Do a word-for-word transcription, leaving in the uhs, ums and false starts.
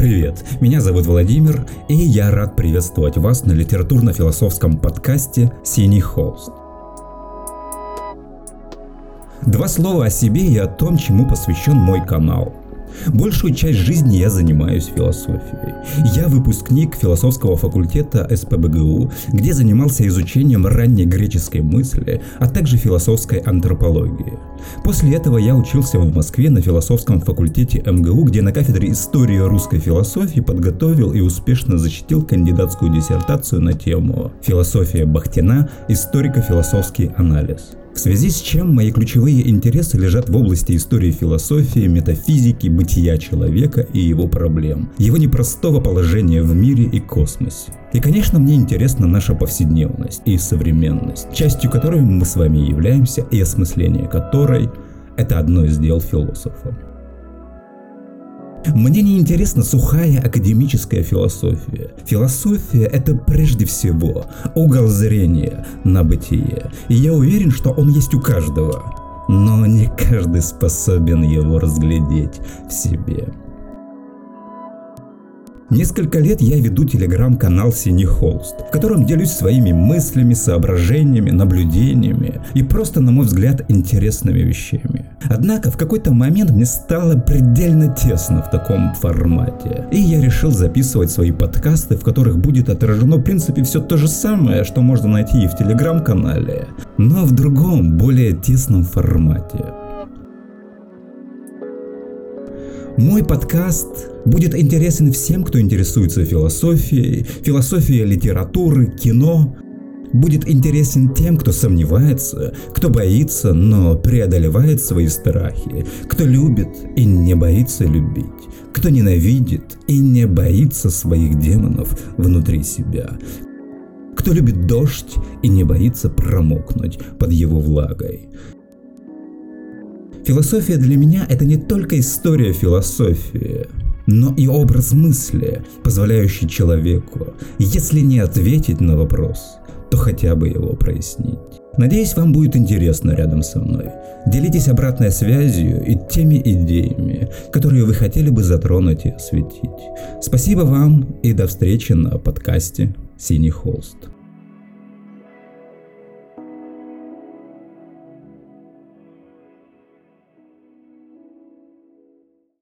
Привет, меня зовут Владимир, и я рад приветствовать вас на литературно-философском подкасте «Синий холст». Два слова о себе и о том, чему посвящен мой канал. Большую часть жизни я занимаюсь философией. Я выпускник философского факультета эс пэ бэ гэ у, где занимался изучением ранней греческой мысли, а также философской антропологии. После этого я учился в Москве на философском факультете эм гэ у, где на кафедре истории русской философии подготовил и успешно защитил кандидатскую диссертацию на тему «Философия Бахтина. Историко-философский анализ». В связи с чем мои ключевые интересы лежат в области истории философии, метафизики, бытия человека и его проблем, его непростого положения в мире и космосе. И, конечно, мне интересна наша повседневность и современность, частью которой мы с вами являемся и осмысление которой – это одно из дел философа. Мне не интересна сухая академическая философия. Философия – это прежде всего угол зрения на бытие, и я уверен, что он есть у каждого, но не каждый способен его разглядеть в себе. Несколько лет я веду телеграм-канал «Синий холст», в котором делюсь своими мыслями, соображениями, наблюдениями и просто, на мой взгляд, интересными вещами. Однако в какой-то момент мне стало предельно тесно в таком формате, и я решил записывать свои подкасты, в которых будет отражено в принципе все то же самое, что можно найти и в телеграм-канале, но в другом, более тесном формате. Мой подкаст будет интересен всем, кто интересуется философией, философией литературы, кино. Будет интересен тем, кто сомневается, кто боится, но преодолевает свои страхи, кто любит и не боится любить, кто ненавидит и не боится своих демонов внутри себя, кто любит дождь и не боится промокнуть под его влагой. Философия для меня – это не только история философии, но и образ мысли, позволяющий человеку, если не ответить на вопрос, то хотя бы его прояснить. Надеюсь, вам будет интересно рядом со мной. Делитесь обратной связью и теми идеями, которые вы хотели бы затронуть и осветить. Спасибо вам и до встречи на подкасте «Синий холст».